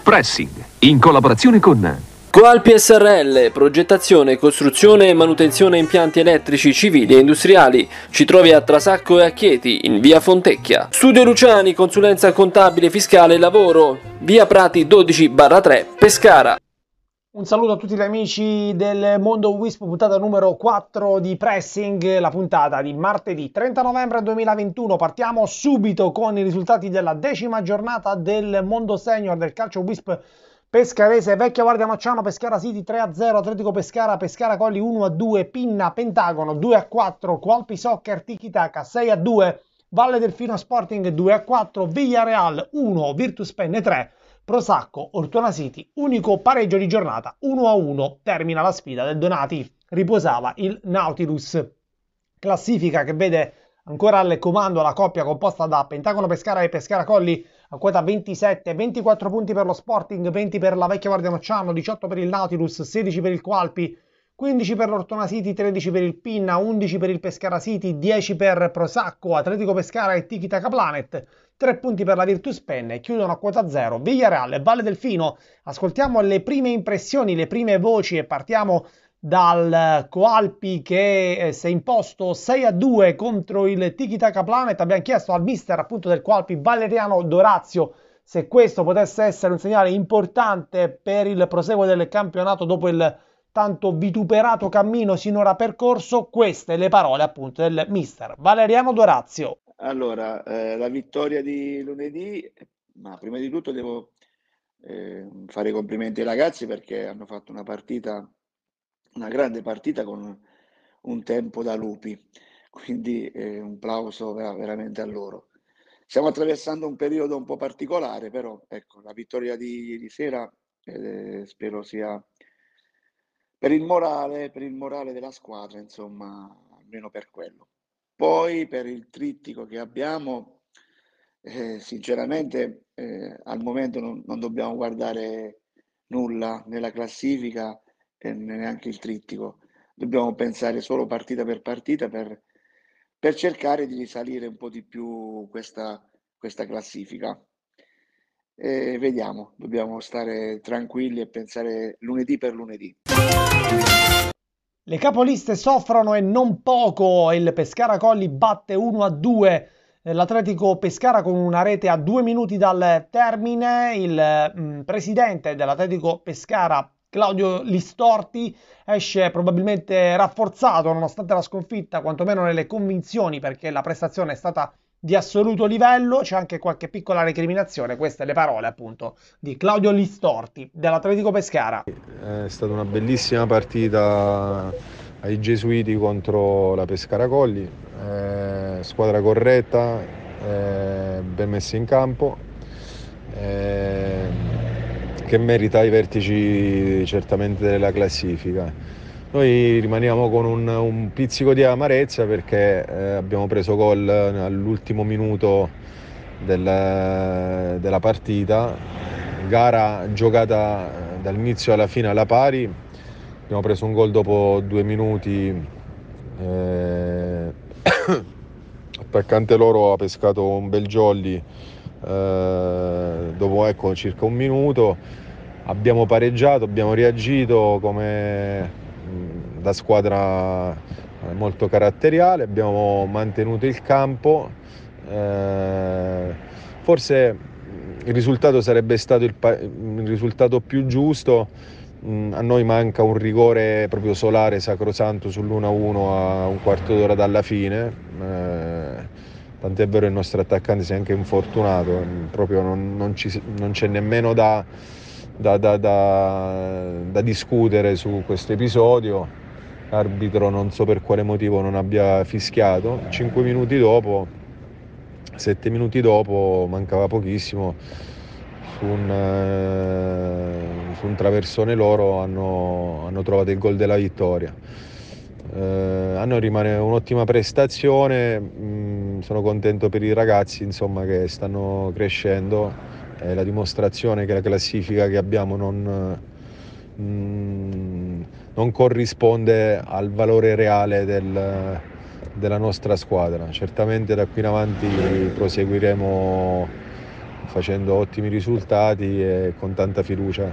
Pressing, in collaborazione con Coalpi SRL, progettazione, costruzione e manutenzione impianti elettrici civili e industriali. Ci trovi a Trasacco e a Chieti, in via Fontecchia. Studio Luciani, consulenza contabile, fiscale e lavoro, via Prati 12/3, Pescara. Un saluto a tutti gli amici del Mondo Wisp, puntata numero 4 di Pressing, la puntata di martedì 30 novembre 2021. Partiamo subito con i risultati della 10ª giornata del Mondo Senior del calcio Wisp pescarese. Vecchia Guardia Macciano, Pescara City 3-0, Atletico Pescara, Pescara Colli 1-2, Pinna Pentagono 2-4, Coalpi Soccer Tiki Taka 6-2, Valle Delfino Sporting 2-4, Villarreal 1, Virtus Penne 3, Prosacco Ortona City, unico pareggio di giornata 1-1, termina la sfida del Donati, riposava il Nautilus. Classifica che vede ancora al comando la coppia composta da Pentagono Pescara e Pescara Colli a quota 27, 24 punti per lo Sporting, 20 per la Vecchia Guardia Macciano, 18 per il Nautilus, 16 per il Coalpi, 15 per l'Ortona City, 13 per il Pinna, 11 per il Pescara City, 10 per Prosacco, Atletico Pescara e Tiki Taka Planet, 3 punti per la Virtus Penne, chiudono a quota 0 Villarreal e Valle Delfino. Ascoltiamo le prime impressioni, le prime voci e partiamo dal Coalpi che si è imposto 6-2 contro il Tiki Taka Planet. Abbiamo chiesto al mister appunto del Coalpi, Valeriano Dorazio, se questo potesse essere un segnale importante per il proseguo del campionato dopo il tanto vituperato cammino sinora percorso. Queste le parole appunto del mister Valeriano Dorazio. Allora, la vittoria di lunedì, ma prima di tutto devo fare i complimenti ai ragazzi perché hanno fatto una grande partita con un tempo da lupi, quindi un plauso veramente a loro. Stiamo attraversando un periodo un po' particolare, però ecco, la vittoria di sera spero sia per il morale della squadra, insomma, almeno per quello. Poi per il trittico che abbiamo, sinceramente al momento non dobbiamo guardare nulla nella classifica e neanche il trittico. Dobbiamo pensare solo partita per partita per cercare di risalire un po' di più questa classifica. Vediamo, dobbiamo stare tranquilli e pensare lunedì per lunedì. Le capoliste soffrono e non poco, il Pescara Colli batte 1-2 l'Atletico Pescara con una rete a 2 minuti dal termine. Il presidente dell'Atletico Pescara, Claudio Listorti, esce probabilmente rafforzato nonostante la sconfitta, quantomeno nelle convinzioni, perché la prestazione è stata di assoluto livello. C'è anche qualche piccola recriminazione, queste le parole appunto di Claudio Listorti dell'Atletico Pescara. È stata una bellissima partita ai Gesuiti contro la Pescara Colli, squadra corretta, ben messa in campo, che merita i vertici certamente della classifica. Noi rimaniamo con un pizzico di amarezza perché abbiamo preso gol all'ultimo minuto della partita, gara giocata dall'inizio alla fine alla pari. Abbiamo preso un gol dopo 2 minuti, l'attaccante loro ha pescato un bel jolly dopo circa 1 minuto. Abbiamo pareggiato, abbiamo reagito come da squadra molto caratteriale, abbiamo mantenuto il campo, forse il risultato sarebbe stato il risultato più giusto. A noi manca un rigore proprio solare sacrosanto sull'1-1 a un quarto d'ora dalla fine, tant'è vero il nostro attaccante si è anche infortunato, proprio non c'è nemmeno da discutere su questo episodio. L'arbitro non so per quale motivo non abbia fischiato. 5 minuti dopo, 7 minuti dopo, mancava pochissimo, su un traversone loro hanno trovato il gol della vittoria. A noi rimane un'ottima prestazione, sono contento per i ragazzi insomma, che stanno crescendo, è la dimostrazione che la classifica che abbiamo non corrisponde al valore reale della nostra squadra. Certamente da qui in avanti proseguiremo facendo ottimi risultati e con tanta fiducia.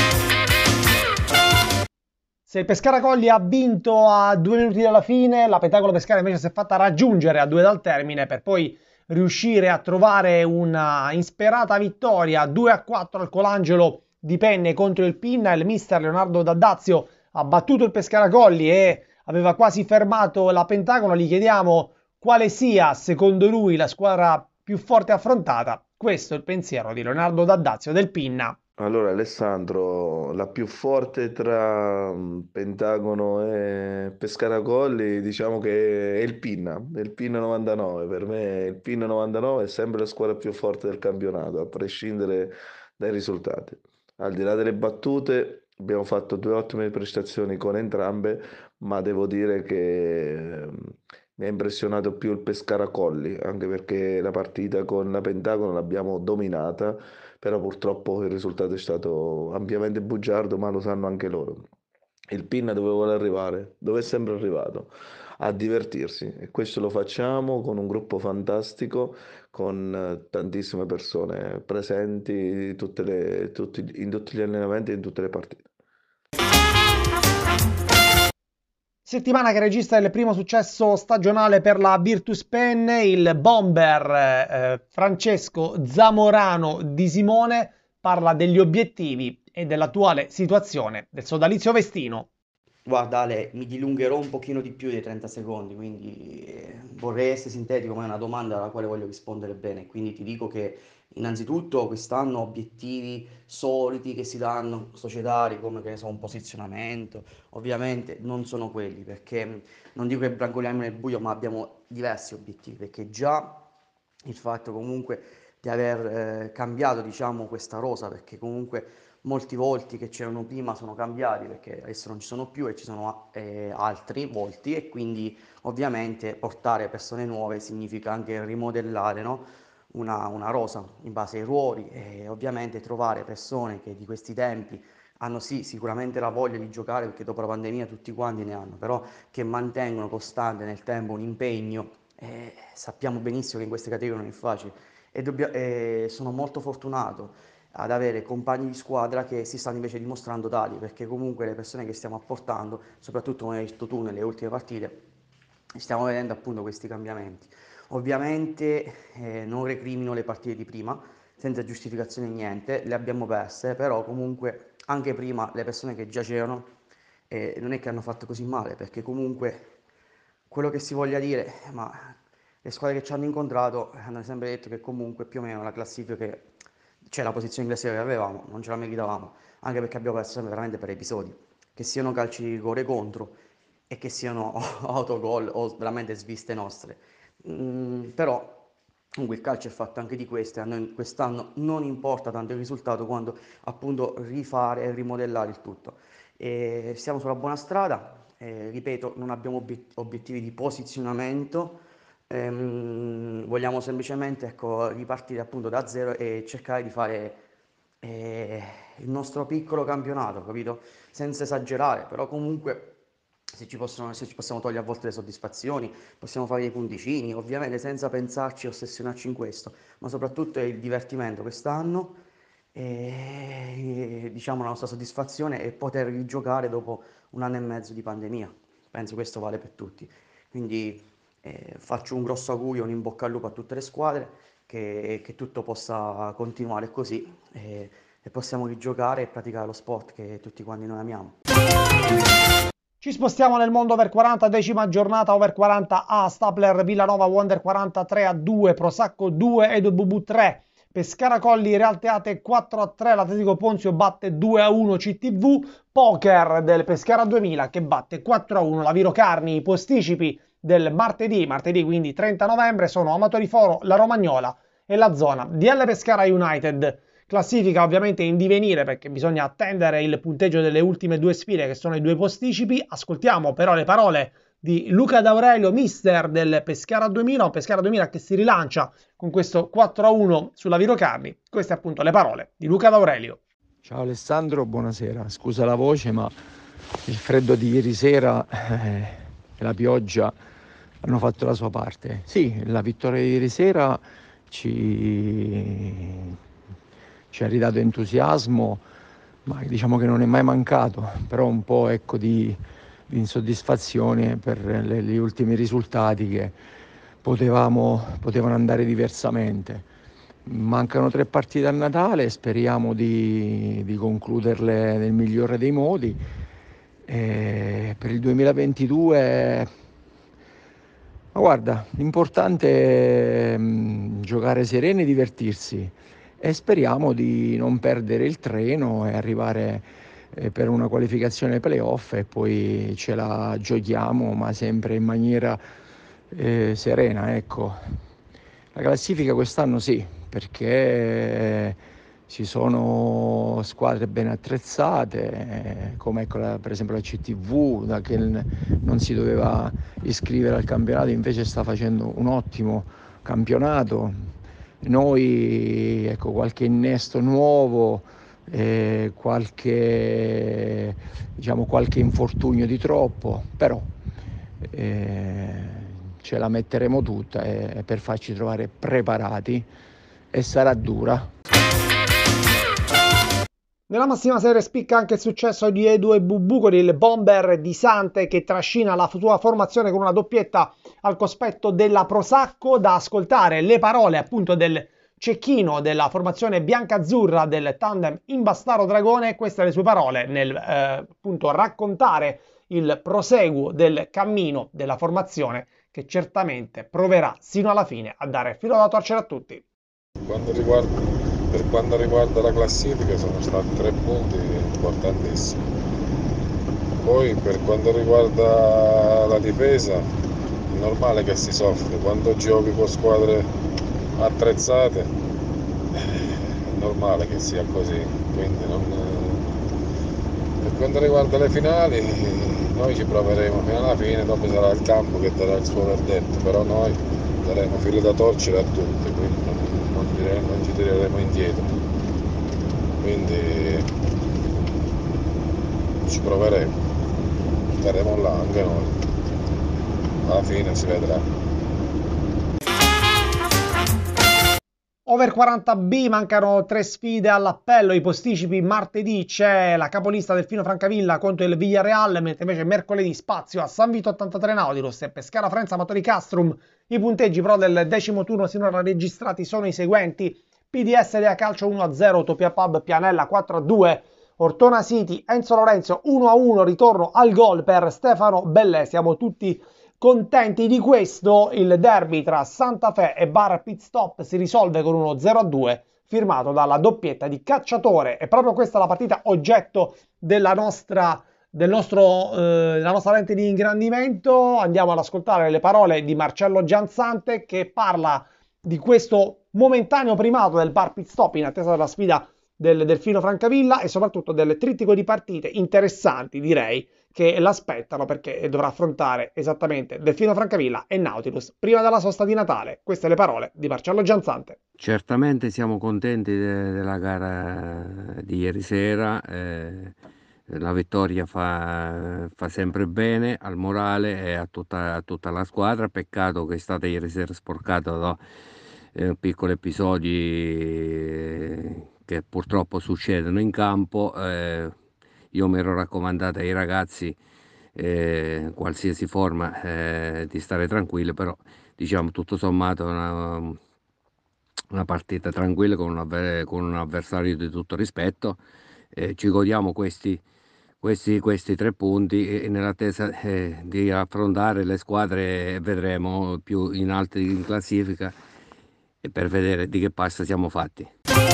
Se il Pescara Colli ha vinto a 2 minuti dalla fine, la Pentagono Pescara invece si è fatta raggiungere a 2 dal termine per poi riuscire a trovare una insperata vittoria 2-4 al Colangelo di Penne contro il Pinna. Il mister Leonardo D'Addazio ha battuto il Pescara Colli e aveva quasi fermato la Pentagono. Gli chiediamo quale sia secondo lui la squadra più forte affrontata. Questo è il pensiero di Leonardo D'Addazio del Pinna. Allora, Alessandro, la più forte tra Pentagono e Pescara Colli, diciamo che è il Pinna 99. Per me il Pinna 99 è sempre la squadra più forte del campionato, a prescindere dai risultati. Al di là delle battute, abbiamo fatto 2 ottime prestazioni con entrambe, ma devo dire che mi ha impressionato più il Pescara Colli, anche perché la partita con la Pentagono l'abbiamo dominata, però purtroppo il risultato è stato ampiamente bugiardo, ma lo sanno anche loro. Il Pinna dove vuole arrivare, dove è sempre arrivato, a divertirsi, e questo lo facciamo con un gruppo fantastico, con tantissime persone presenti in tutti gli allenamenti e in tutte le partite. Settimana che registra il primo successo stagionale per la Virtus Penne. Il bomber Francesco Zamorano di Simone parla degli obiettivi e dell'attuale situazione del sodalizio Vestino. Guarda Ale, mi dilungherò un pochino di più dei 30 secondi, quindi vorrei essere sintetico, ma è una domanda alla quale voglio rispondere bene. Quindi ti dico che innanzitutto quest'anno obiettivi soliti che si danno, societari, come che ne so, un posizionamento, ovviamente non sono quelli, perché non dico che brancoliamo nel buio, ma abbiamo diversi obiettivi, perché già il fatto comunque di aver cambiato, diciamo, questa rosa, perché comunque molti volti che c'erano prima sono cambiati perché adesso non ci sono più e ci sono altri volti, e quindi ovviamente portare persone nuove significa anche rimodellare, no? Una rosa in base ai ruoli, e ovviamente trovare persone che di questi tempi hanno sì sicuramente la voglia di giocare, perché dopo la pandemia tutti quanti ne hanno, però che mantengono costante nel tempo un impegno. Sappiamo benissimo che in queste categorie non è facile, e sono molto fortunato ad avere compagni di squadra che si stanno invece dimostrando tali, perché comunque le persone che stiamo apportando, soprattutto come hai detto tu nelle ultime partite, stiamo vedendo appunto questi cambiamenti. Ovviamente non recrimino le partite di prima, senza giustificazione niente, le abbiamo perse, però comunque anche prima le persone che già c'erano non è che hanno fatto così male, perché comunque quello che si voglia dire, ma le squadre che ci hanno incontrato hanno sempre detto che comunque più o meno la classifica cioè la posizione in classifica che avevamo, non ce la meritavamo, anche perché abbiamo perso veramente per episodi, che siano calci di rigore contro e che siano autogol o veramente sviste nostre. Però comunque il calcio è fatto anche di queste, a noi quest'anno non importa tanto il risultato quanto appunto rifare e rimodellare il tutto. Siamo sulla buona strada, ripeto, non abbiamo obiettivi di posizionamento. Vogliamo semplicemente, ecco, ripartire appunto da zero e cercare di fare il nostro piccolo campionato, capito? Senza esagerare, però comunque se ci possiamo togliere a volte le soddisfazioni, possiamo fare i punticini, ovviamente senza pensarci e ossessionarci in questo, ma soprattutto è il divertimento quest'anno, e diciamo la nostra soddisfazione è poter rigiocare dopo 1 anno e mezzo di pandemia. Penso questo vale per tutti. Quindi faccio un grosso augurio, un in bocca al lupo a tutte le squadre, che tutto possa continuare così e possiamo rigiocare e praticare lo sport che tutti quanti noi amiamo. Ci spostiamo nel mondo over 40, 10ª giornata over 40 A, Stapler Villanova Wonder 43-2, Prosacco 2 e BB 3. Pescara Colli Real Teate 4-3, l'Atletico Ponzio batte 2-1 CTV, poker del Pescara 2000 che batte 4-1 la Viro Carni. I posticipi del martedì quindi 30 novembre sono Amatori Foro, la Romagnola e la zona DL Pescara United. Classifica ovviamente in divenire perché bisogna attendere il punteggio delle ultime 2 sfide che sono i 2 posticipi. Ascoltiamo però le parole di Luca D'Aurelio, mister del Pescara 2000, un Pescara 2000 che si rilancia con questo 4-1 sulla Viro Carni. Queste appunto le parole di Luca D'Aurelio. Ciao Alessandro, buonasera. Scusa la voce, ma il freddo di ieri sera e la pioggia hanno fatto la sua parte. Sì, la vittoria di ieri sera ci ci ha ridato entusiasmo, ma diciamo che non è mai mancato, però un po' ecco di insoddisfazione per gli ultimi risultati che potevano andare diversamente. Mancano 3 partite a Natale, speriamo di concluderle nel migliore dei modi. Per il 2022, ma guarda, l'importante è giocare sereni e divertirsi, e speriamo di non perdere il treno e arrivare per una qualificazione ai playoff, e poi ce la giochiamo, ma sempre in maniera serena, ecco. La classifica quest'anno sì, perché ci sono squadre ben attrezzate, come ecco per esempio la CTV, che non si doveva iscrivere al campionato, invece sta facendo un ottimo campionato. Noi, ecco, qualche innesto nuovo, qualche infortunio di troppo, però ce la metteremo tutta per farci trovare preparati, e sarà dura. Nella massima serie spicca anche il successo di Edu e Bubu con il bomber di Sante, che trascina la sua formazione con una doppietta al cospetto della Prosacco. Da ascoltare le parole appunto del cecchino della formazione bianca-azzurra del tandem Imbastaro Dragone. Queste le sue parole nel appunto raccontare il proseguo del cammino della formazione, che certamente proverà sino alla fine a dare filo da torcere a tutti. Per quanto riguarda la classifica sono stati 3 punti importantissimi. Poi per quanto riguarda la difesa è normale che si soffre, quando giochi con squadre attrezzate è normale che sia così. Quindi per quanto riguarda le finali noi ci proveremo fino alla fine, dopo sarà il campo che darà il suo verdetto, però noi daremo filo da torcere a tutti, quindi non ci tireremo indietro, quindi ci proveremo, staremo là anche noi, alla fine si vedrà. Over 40B, mancano 3 sfide all'appello, i posticipi. Martedì c'è la capolista Delfino Francavilla contro il Villarreal, mentre invece mercoledì spazio a San Vito 83 Nautilus e Pescara Faenza Amatori Castrum. I punteggi però del 10° turno sinora registrati sono i seguenti: PDS Lea Calcio 1-0, Utopia Pub Pianella 4-2, Ortona City Enzo Lorenzo 1-1, ritorno al gol per Stefano Bellè. Siamo tutti contenti di questo. Il derby tra Santa Fe e Bar Pit Stop si risolve con uno 0-2 firmato dalla doppietta di Cacciatore, e proprio questa è la partita oggetto della nostra lente di ingrandimento. Andiamo ad ascoltare le parole di Marcello Giansante, che parla di questo momentaneo primato del Bar Pit Stop in attesa della sfida del Delfino Francavilla, e soprattutto del trittico di partite interessanti, direi, che l'aspettano, perché dovrà affrontare esattamente Delfino Francavilla e Nautilus prima della sosta di Natale. Queste le parole di Marcello Giansante. Certamente siamo contenti della gara di ieri sera, la vittoria fa sempre bene al morale e a tutta la squadra. Peccato che è stata ieri sera sporcata da piccoli episodi che purtroppo succedono in campo. Io mi ero raccomandato ai ragazzi qualsiasi forma di stare tranquilli, però diciamo tutto sommato una partita tranquilla con un avversario di tutto rispetto. Ci godiamo questi 3 punti e nell'attesa di affrontare le squadre vedremo più in alto in classifica, e per vedere di che pasta siamo fatti.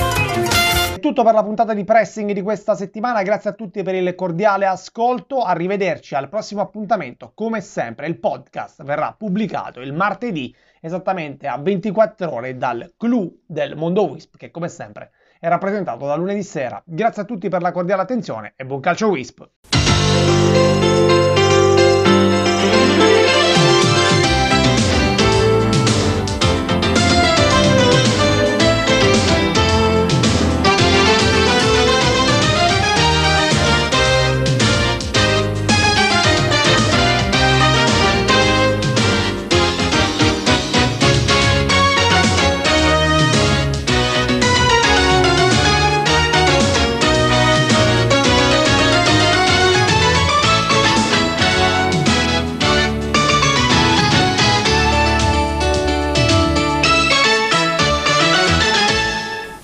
È tutto per la puntata di Pressing di questa settimana, grazie a tutti per il cordiale ascolto, arrivederci al prossimo appuntamento. Come sempre il podcast verrà pubblicato il martedì esattamente a 24 ore dal clou del Mondo Wisp, che come sempre è rappresentato da lunedì sera. Grazie a tutti per la cordiale attenzione e buon calcio Wisp!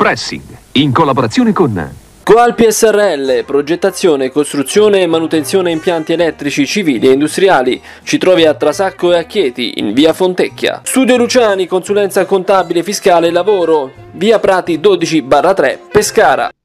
Pressing, in collaborazione con Coalpi SRL, progettazione, costruzione e manutenzione impianti elettrici civili e industriali. Ci trovi a Trasacco e a Chieti, in via Fontecchia. Studio Luciani, consulenza contabile, fiscale e lavoro, via Prati 12/3, Pescara.